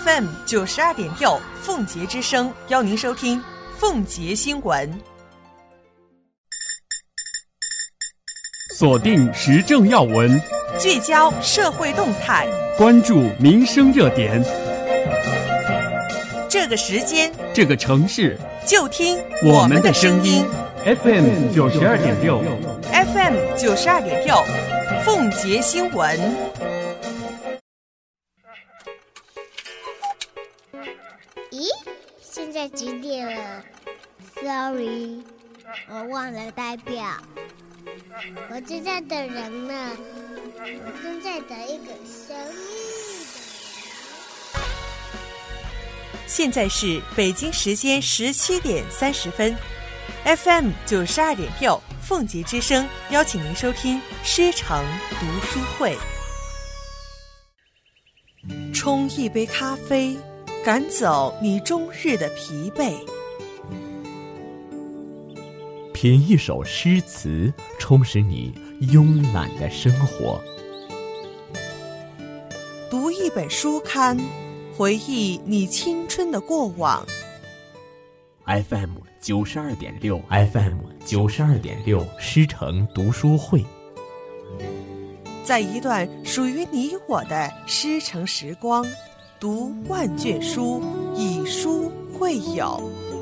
FM 92.6凤节之声，邀您收听凤节新闻。 锁定时政要闻， 聚焦社会动态， 关注民生热点。 这个时间， 这个城市， 就听我们的声音。 FM 92.6 FM 92.6凤节新闻。 咦，现在几点了 ？Sorry， 我忘了代表。我正在等人呢，我正在等一个神秘的。 现在是北京时间17点30分 ，FM 92.6凤节之声邀请您收听师城读书会。冲一杯咖啡，赶走你终日的疲惫。 品一首诗词，充实你慵懒的生活。 读一本书刊，回忆你青春的过往。 FM 92.6 FM 92.6师城读书会， 在一段属于你我的师城时光，读万卷书，以书会友。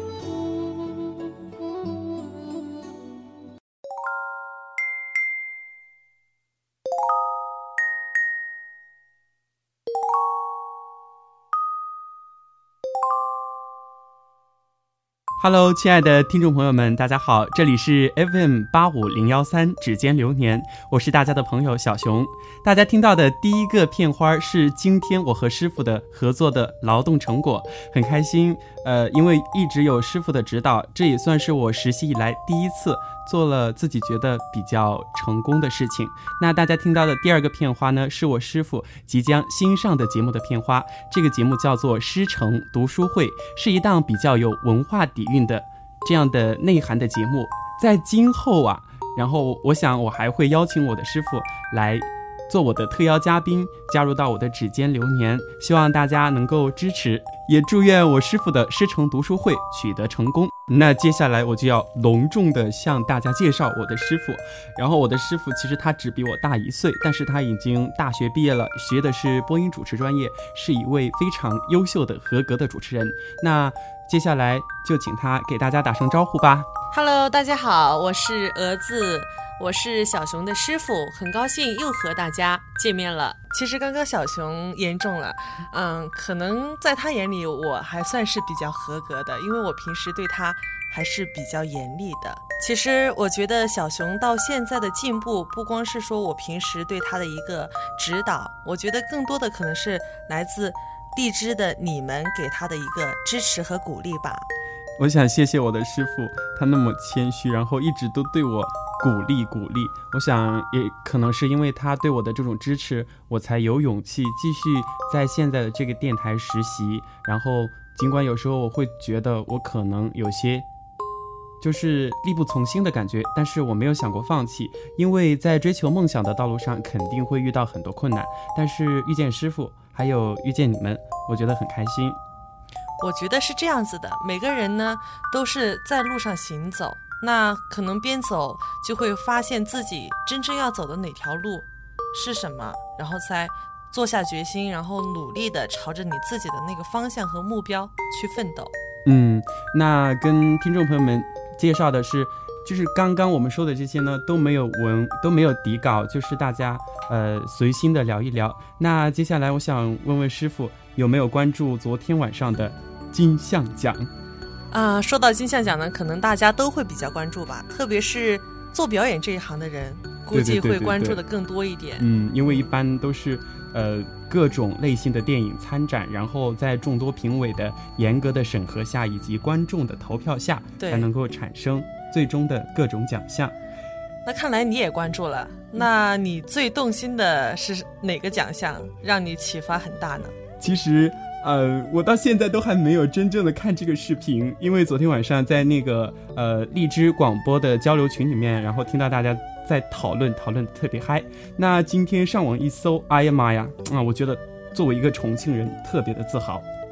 Hello， 亲爱的听众朋友们，大家好，这里是 FM 85013指尖流年，我是大家的朋友小熊。大家听到的第一个片花是今天我和师傅的合作的劳动成果，很开心。因为一直有师傅的指导，这也算是我实习以来第一次做了自己觉得比较成功的事情。那大家听到的第二个片花呢，是我师傅即将新上的节目的片花。这个节目叫做师城读书会，是一档比较有文化底蕴的这样的内涵的节目。在今后啊，然后我想我还会邀请我的师傅来做我的特邀嘉宾，加入到我的指尖流年，希望大家能够支持，也祝愿我师傅的师城读书会取得成功。那接下来我就要隆重的向大家介绍我的师傅。然后我的师傅其实他只比我大1岁，但是他已经大学毕业了，学的是播音主持专业，是一位非常优秀的合格的主持人。那接下来就请他给大家打声招呼吧。 Hello， 大家好，我是蛾子，我是小熊的师傅，很高兴又和大家见面了。其实刚刚小熊言重了，可能在他眼里我还算是比较合格的，因为我平时对他还是比较严厉的。其实我觉得小熊到现在的进步，不光是说我平时对他的一个指导，我觉得更多的可能是来自荔枝的你们给他的一个支持和鼓励吧。 我想谢谢我的师傅，他那么谦虚，然后一直都对我鼓励。我想也可能是因为他对我的这种支持，我才有勇气继续在现在的这个电台实习。然后尽管有时候我会觉得我可能有些就是力不从心的感觉，但是我没有想过放弃，因为在追求梦想的道路上肯定会遇到很多困难，但是遇见师傅还有遇见你们，我觉得很开心。 我觉得是这样子的，每个人呢都是在路上行走，那可能边走就会发现自己真正要走的哪条路是什么，然后才做下决心，然后努力的朝着你自己的那个方向和目标去奋斗。 那跟听众朋友们介绍的是，就是刚刚我们说的这些呢都没有底稿，就是大家随心的聊一聊。那接下来我想问问师傅，有没有关注昨天晚上的金像奖？ 说到金像奖呢，可能大家都会比较关注吧，特别是做表演这一行的人，估计会关注的更多一点。 因为一般都是各种类型的电影参展，然后在众多评委的严格的审核下，以及观众的投票下，才能够产生最终的各种奖项。 那看来你也关注了，那你最动心的是哪个奖项让你启发很大呢？ 其实我到现在都还没有真正的看这个视频，因为昨天晚上在那个荔枝广播的交流群里面，然后听到大家在讨论得特别嗨。那今天上网一搜，哎呀妈呀，我觉得作为一个重庆人特别的自豪。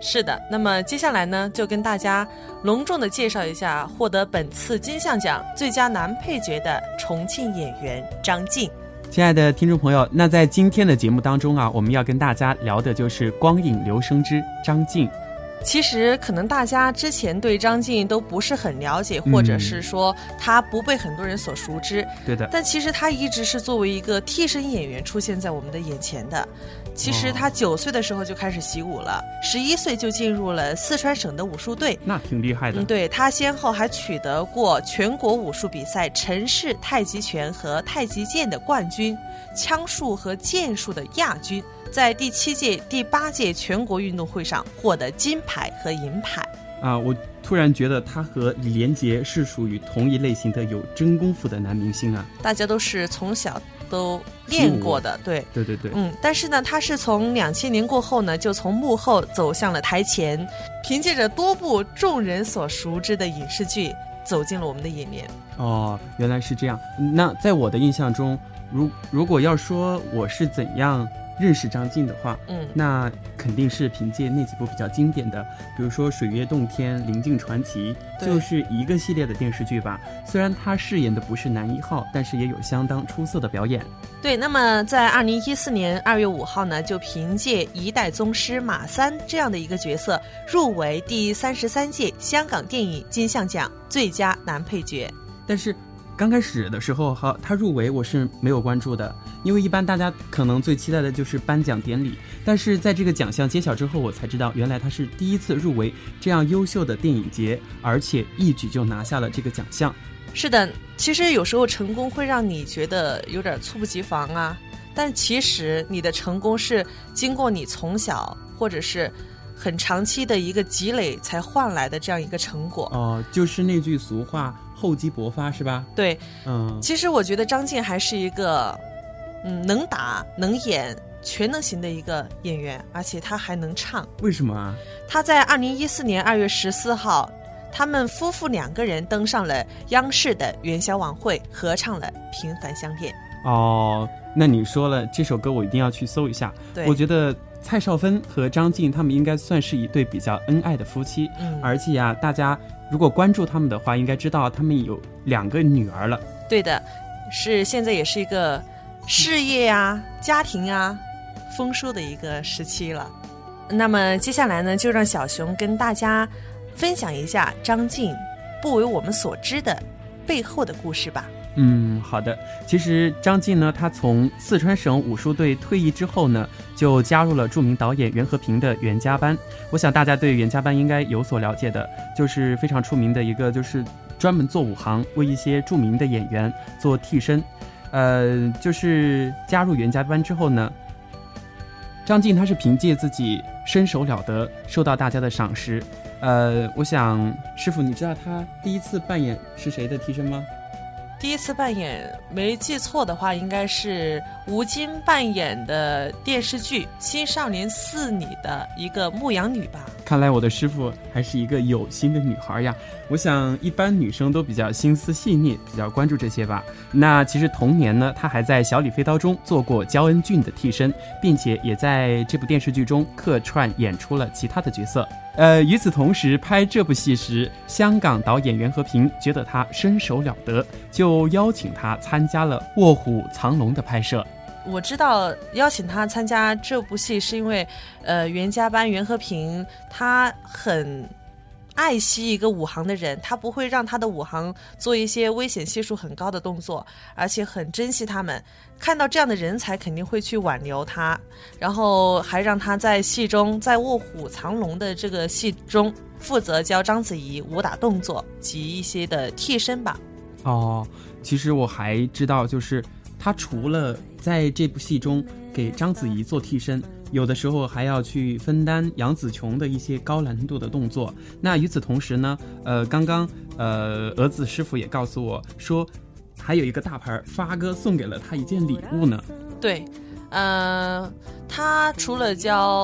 是的，那么接下来呢，就跟大家隆重的介绍一下获得本次金像奖最佳男配角的重庆演员张晋。 亲爱的听众朋友，那在今天的节目当中啊，我们要跟大家聊的就是光影留声之张晋。 其实可能大家之前对张晋都不是很了解，或者是说他不被很多人所熟知。 对的。 但其实他一直是作为一个替身演员出现在我们的眼前的。其实他9岁的时候就开始习武了，11岁就进入了四川省的武术队。 那挺厉害的。 对，他先后还取得过全国武术比赛陈氏太极拳和太极剑的冠军，枪术和剑术的亚军，在第7届、第8届全国运动会上获得金牌和银牌。 我突然觉得他和李连杰是属于同一类型的有真功夫的男明星啊。 大家都是从小都练过的，对。但是呢，他是从2000年过后呢，就从幕后走向了台前，凭借着多部众人所熟知的影视剧走进了我们的眼帘。 原来是这样。那在我的印象中，如果要说我是怎样认识张晋的话，那肯定是凭借那几部比较经典的，比如说《水月洞天》《临晋传奇》，就是一个系列的电视剧吧。虽然他饰演的不是男一号，但是也有相当出色的表演。 对，那么在2014年2月5号呢，就凭借一代宗师马三这样的一个角色，入围第33届香港电影金像奖最佳男配角。 但是刚开始的时候他入围我是没有关注的，因为一般大家可能最期待的就是颁奖典礼，但是在这个奖项揭晓之后，我才知道原来他是第一次入围这样优秀的电影节，而且一举就拿下了这个奖项。 是的，其实有时候成功会让你觉得有点猝不及防啊，但其实你的成功是经过你从小或者是很长期的一个积累才换来的这样一个成果。 就是那句俗话，厚积薄发，是吧？ 对。其实我觉得张晋还是一个能打能演全能型的一个演员，而且他还能唱。 为什么啊？ 他在2014年2月14号他们夫妇2个人登上了央视的元宵晚会，合唱了《平凡相恋》。 那你说了这首歌我一定要去搜一下。 对， 我觉得蔡少芬和张晋他们应该算是一对比较恩爱的夫妻。而且啊，大家如果关注他们的话，应该知道他们有2个女儿了。 对的，现在也是一个事业啊家庭啊丰收的一个时期了。那么接下来呢，就让小熊跟大家分享一下张晋不为我们所知的背后的故事吧。 好的。其实张晋呢，他从四川省武术队退役之后呢，就加入了著名导演袁和平的袁家班。我想大家对袁家班应该有所了解的，就是非常出名的一个，就是专门做武行，为一些著名的演员做替身。就是加入袁家班之后呢，张晋他是凭借自己身手了得，受到大家的赏识。我想师傅，你知道他第一次扮演是谁的替身吗？ 第一次扮演，没记错的话，应该是吴京扮演的电视剧《新少年4》里的一个牧羊女吧。 看来我的师傅还是一个有心的女孩呀。我想一般女生都比较心思细腻，比较关注这些吧。那其实同年呢，她还在《小李飞刀》中做过焦恩俊的替身，并且也在这部电视剧中客串演出了其他的角色。与此同时，拍这部戏时，香港导演袁和平觉得他身手了得，就邀请他参加了《卧虎藏龙》的拍摄。 我知道邀请他参加这部戏是因为袁家班袁和平他很爱惜一个武行的人，他不会让他的武行做一些危险系数很高的动作，而且很珍惜他们，看到这样的人才肯定会去挽留他，然后还让他在戏中，在卧虎藏龙的这个戏中负责教章子怡武打动作及一些的替身吧。 其实我还知道，就是他除了在这部戏中给章子怡做替身，有的时候还要去分担杨紫琼的一些高难度的动作。那与此同时呢，刚刚儿子师傅也告诉我说，还有一个大牌发哥送给了他一件礼物呢。 对，他除了教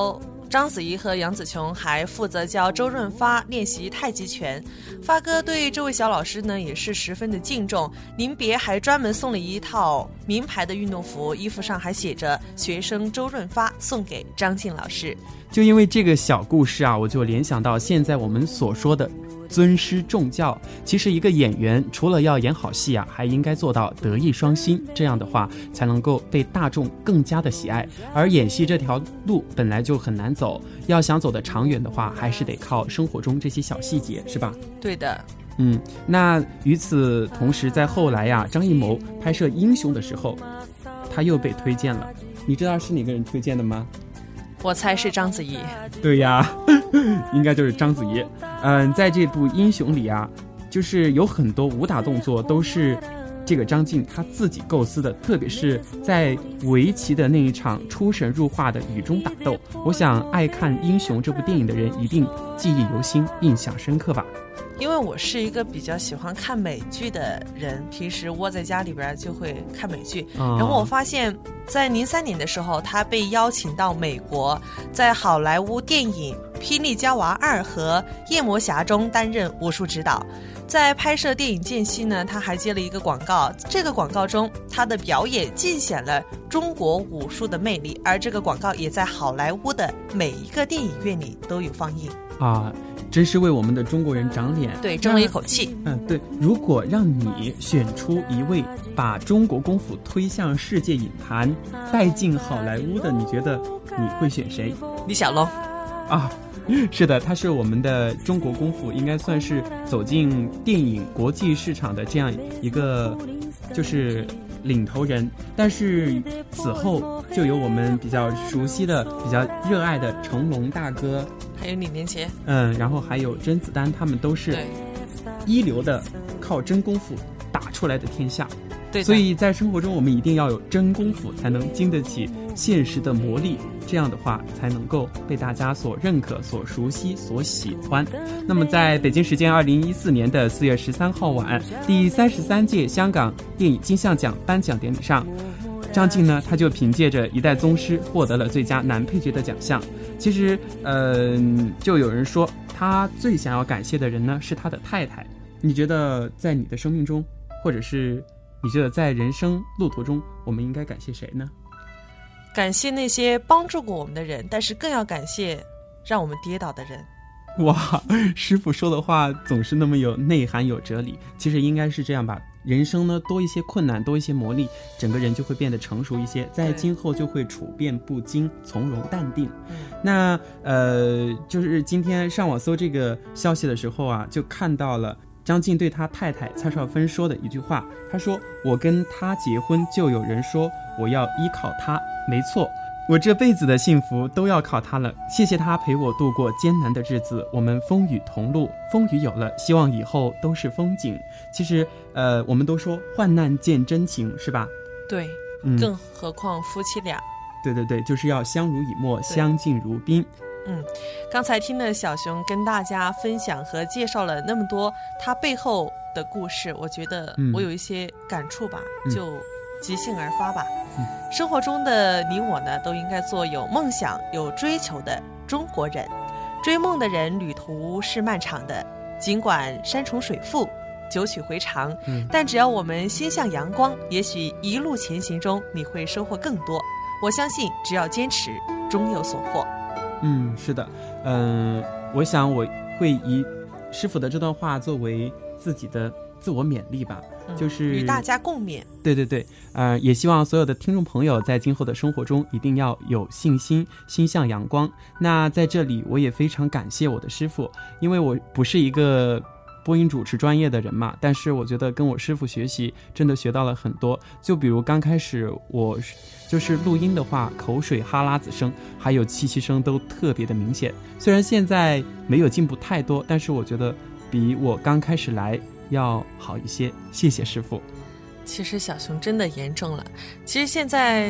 章子怡和杨紫琼还负责教周润发练习太极拳。发哥对这位小老师呢也是十分的敬重，临别还专门送了一套名牌的运动服，衣服上还写着学生周润发送给张晋老师。 就因为这个小故事啊，我就联想到现在我们所说的尊师重教，其实一个演员除了要演好戏啊，还应该做到德艺双馨，这样的话才能够被大众更加的喜爱。而演戏这条路本来就很难走，要想走得长远的话，还是得靠生活中这些小细节，是吧？ 对的。 那与此同时，在后来呀，张艺谋拍摄《英雄》的时候，他又被推荐了。你知道是哪个人推荐的吗？ 我猜是章子怡。 对呀，应该就是章子怡。在这部《英雄》里啊，就是有很多武打动作都是这个张晋他自己构思的，特别是在围棋的那一场出神入化的雨中打斗，我想爱看《英雄》这部电影的人一定记忆犹新，印象深刻吧。 因为我是一个比较喜欢看美剧的人，平时窝在家里边就会看美剧。然后我发现在03年的时候，他被邀请到美国，在好莱坞电影《霹雳娇娃2》和《夜魔侠》中担任武术指导。在拍摄电影间隙呢，他还接了一个广告，这个广告中他的表演尽显了中国武术的魅力，而这个广告也在好莱坞的每一个电影院里都有放映啊，真是为我们的中国人长脸， 对，争了一口气。 对，如果让你选出一位把中国功夫推向世界影坛带进好莱坞的，你觉得你会选谁？ 李小龙啊，是的，他是我们的中国功夫应该算是走进电影国际市场的这样一个就是领头人。但是此后就有我们比较熟悉的比较热爱的成龙大哥， 还有李连杰， 然后还有甄子丹，他们都是一流的靠真功夫打出来的天下。 对， 所以在生活中我们一定要有真功夫，才能经得起现实的磨砺，这样的话才能够被大家所认可、所熟悉、所喜欢。那么在北京时间2014年的4月13号晚，第33届香港电影金像奖颁奖典礼上，张晋呢，他就凭借着《一代宗师》获得了最佳男配角的奖项。其实就有人说他最想要感谢的人呢是他的太太。你觉得在你的生命中，或者是你觉得在人生路途中，我们应该感谢谁呢？ 感谢那些帮助过我们的人，但是更要感谢让我们跌倒的人。 哇，师傅说的话总是那么有内涵有哲理。其实应该是这样吧，人生呢多一些困难，多一些磨砺，整个人就会变得成熟一些，在今后就会处变不惊，从容淡定。那就是今天上网搜这个消息的时候啊，就看到了张晋对他太太蔡少芬说的一句话，他说：我跟他结婚，就有人说我要依靠他，没错，我这辈子的幸福都要靠他了，谢谢他陪我度过艰难的日子，我们风雨同路，风雨有了，希望以后都是风景。其实我们都说患难见真情，是吧？ 对，更何况夫妻俩。 对对对，就是要相濡以沫，相敬如宾。 刚才听了小熊跟大家分享和介绍了那么多他背后的故事，我觉得我有一些感触吧，就即兴而发吧。生活中的你我呢，都应该做有梦想有追求的中国人。追梦的人旅途是漫长的，尽管山重水复九曲回肠，但只要我们心向阳光，也许一路前行中你会收获更多。我相信只要坚持，终有所获。 是的，我想我会以师傅的这段话作为自己的自我勉励吧，就是与大家共勉。 对对对，也希望所有的听众朋友在今后的生活中一定要有信心，心向阳光。那在这里我也非常感谢我的师傅，因为我不是一个播音主持专业的人嘛，但是我觉得跟我师傅学习真的学到了很多。就比如刚开始我就是录音的话，口水哈喇子声还有气息声都特别的明显，虽然现在没有进步太多，但是我觉得比我刚开始来要好一些，谢谢师傅。 其实小熊真的严重了，其实现在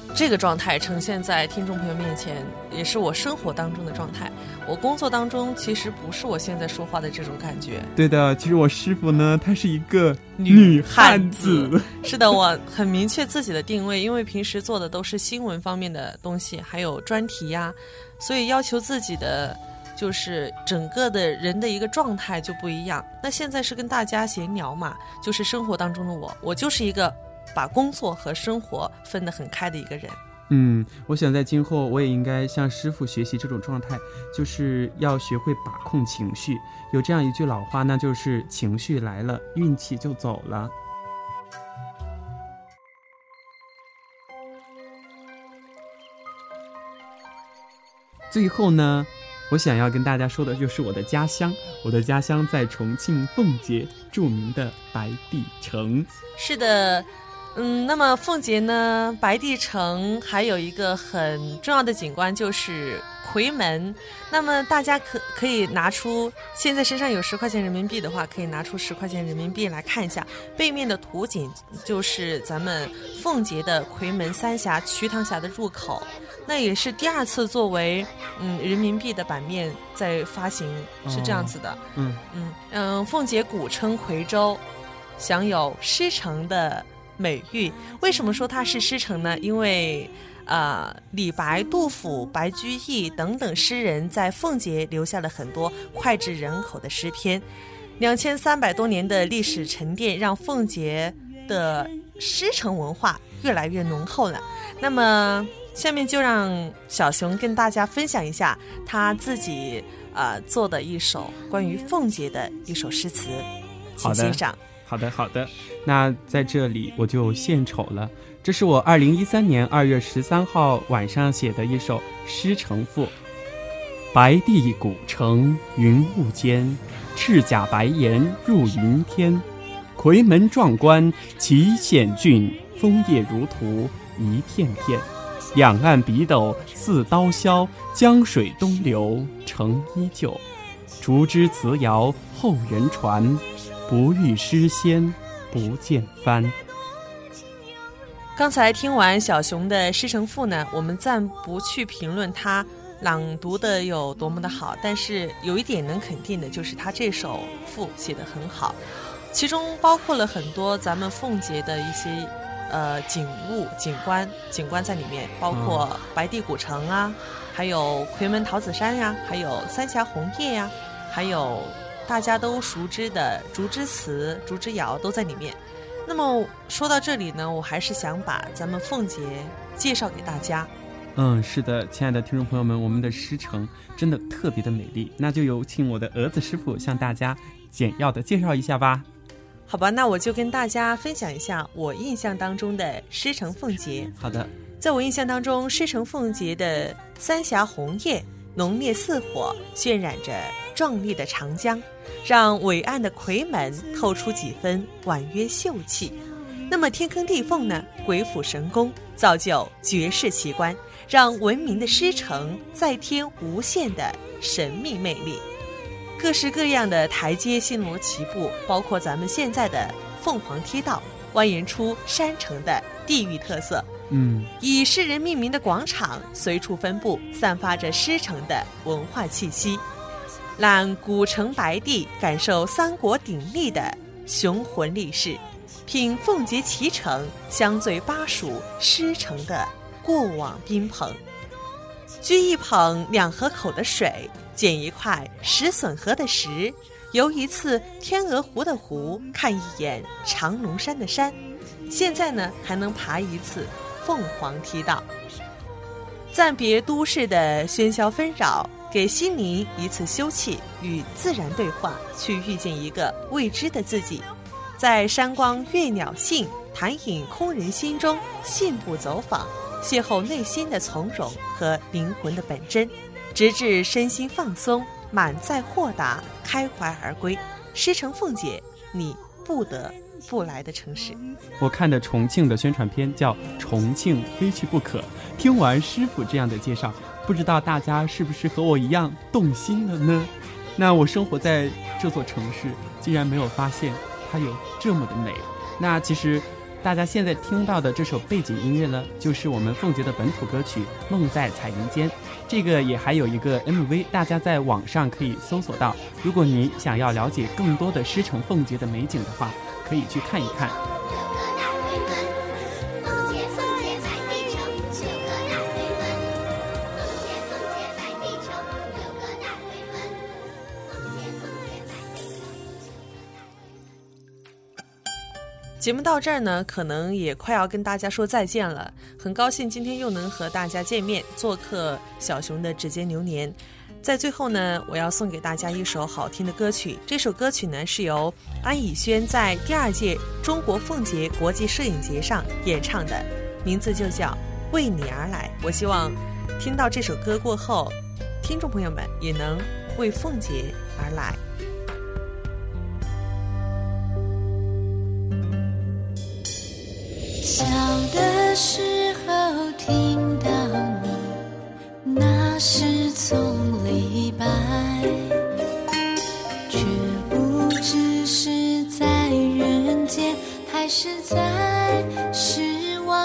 这个状态呈现在听众朋友面前，也是我生活当中的状态。我工作当中其实不是我现在说话的这种感觉。 对的，其实我师傅呢，她是一个女汉子。 是的，我很明确自己的定位，因为平时做的都是新闻方面的东西，还有专题呀，所以要求自己的就是整个的人的一个状态就不一样。那现在是跟大家闲聊嘛，就是生活当中的我就是一个把工作和生活分得很开的一个人。 我想在今后我也应该向师傅学习这种状态，就是要学会把控情绪。有这样一句老话，那就是情绪来了，运气就走了。最后呢，我想要跟大家说的就是我的家乡，我的家乡在重庆奉节著名的白帝城。 是的，那么奉节呢，白帝城还有一个很重要的景观就是夔门。那么大家可以拿出，现在身上有10块钱人民币的话，可以拿出10块钱人民币来看一下，背面的图景就是咱们奉节的夔门三峡瞿塘峡的入口。那也是第2次作为人民币的版面在发行，是这样子的。奉节古称夔州，享有诗城的美誉。为什么说它是诗城呢？因为李白、杜甫、白居易等等诗人在奉节留下了很多脍炙人口的诗篇。2300多年的历史沉淀，让奉节的诗城文化越来越浓厚了。那么下面就让小熊跟大家分享一下他自己做的一首关于奉节的一首诗词，请欣赏。 好的，那在这里我就献丑了。这是我2013年2月13号晚上写的一首诗城赋。白帝古城云雾间，赤甲白岩入云天。夔门壮观奇险峻，枫叶如图一片片。两岸笔斗似刀削，江水东流成依旧。竹枝词谣后人传，不遇诗仙不见帆。 刚才听完小熊的诗城赋呢，我们暂不去评论他朗读的有多么的好，但是有一点能肯定的就是他这首赋写得很好，其中包括了很多咱们奉节的一些景观在里面，包括白帝古城啊，还有夔门桃子山呀，还有三峡红叶呀，还有大家都熟知的竹枝词、竹枝谣都在里面。那么说到这里呢，我还是想把咱们奉节介绍给大家。 是的，亲爱的听众朋友们，我们的诗城真的特别的美丽，那就有请我的儿子师傅向大家简要的介绍一下吧。 好吧，那我就跟大家分享一下我印象当中的诗城奉节。 好的， 在我印象当中，诗城奉节的三峡红叶浓烈似火，渲染着壮丽的长江，让伟岸的夔门透出几分婉约秀气。那么天坑地缝呢，鬼斧神工，造就绝世奇观，让文明的诗城再添无限的神秘魅力。各式各样的台阶星罗棋布，包括咱们现在的凤凰梯道，蜿蜒出山城的地域特色。以诗人命名的广场随处分布，散发着诗城的文化气息。览古城白帝，感受三国鼎立的雄浑历史，品奉节奇城，相醉巴蜀诗城的过往宾朋。掬一捧两河口的水，捡一块石笋河的石，游一次天鹅湖的湖，看一眼长隆山的山，现在呢还能爬一次凤凰梯道。暂别都市的喧嚣纷扰，给心灵一次休憩，与自然对话，去遇见一个未知的自己。在山光悦鸟性，潭影空人心中，信步走访，邂逅内心的从容和灵魂的本真，直至身心放松，满载豁达，开怀而归。诗城奉节，你不得不来的城市。 我看的重庆的宣传片叫《重庆非去不可》，听完师傅这样的介绍，不知道大家是不是和我一样动心了呢？那我生活在这座城市，竟然没有发现它有这么的美。那其实大家现在听到的这首背景音乐呢，就是我们凤节的本土歌曲《梦在彩云间》，这个也还有一个 MV， 大家在网上可以搜索到。如果你想要了解更多的狮城凤节的美景的话，可以去看一看。 节目到这儿呢，可能也快要跟大家说再见了。很高兴今天又能和大家见面，做客小熊的指尖流年。在最后呢，我要送给大家一首好听的歌曲。这首歌曲呢是由安以轩在第2届中国凤节国际摄影节上演唱的，名字就叫《为你而来》。我希望听到这首歌过后，听众朋友们也能为凤节而来。 小的时候听到你，那是从李白，却不知是在人间还是在世外。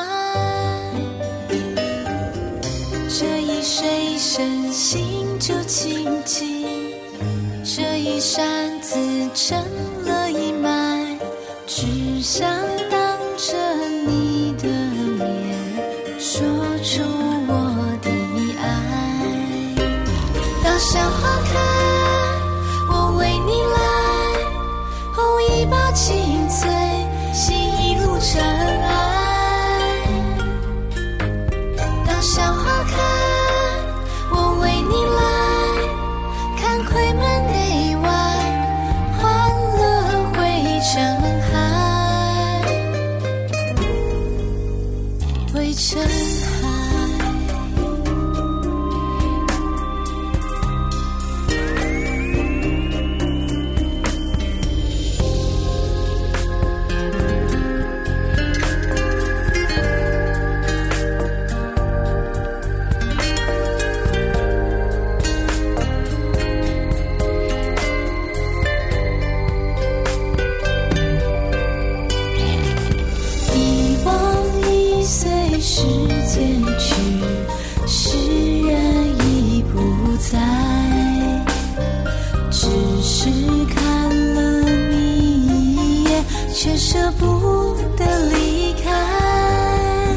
这一水深心就清静，这一山自成了一脉，只想当着你的面说出我的爱。当小花开，我为你来，一把青翠，洗一路尘埃。当小花开，我为你来，看窥门内外，欢乐汇成海，汇成海。时间去，世人已不在，只是看了你一眼，却舍不得离开。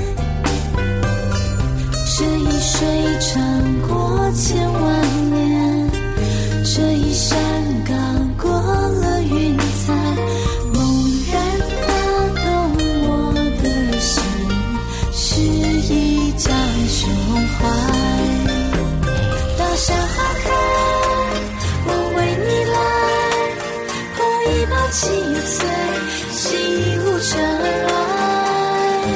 这一水穿过千万年，这一山岗过了云彩，猛然打动我的心，是一江胸怀。当小花开，我为你来，捧一把青翠，洗一路尘埃。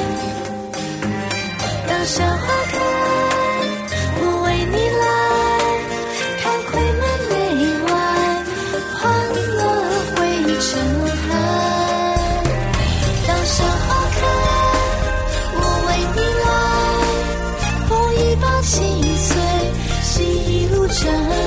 当小花开，我为你来，看窥门内外，欢乐汇成海。当小花开，我为你来，捧一把青翠，洗一路尘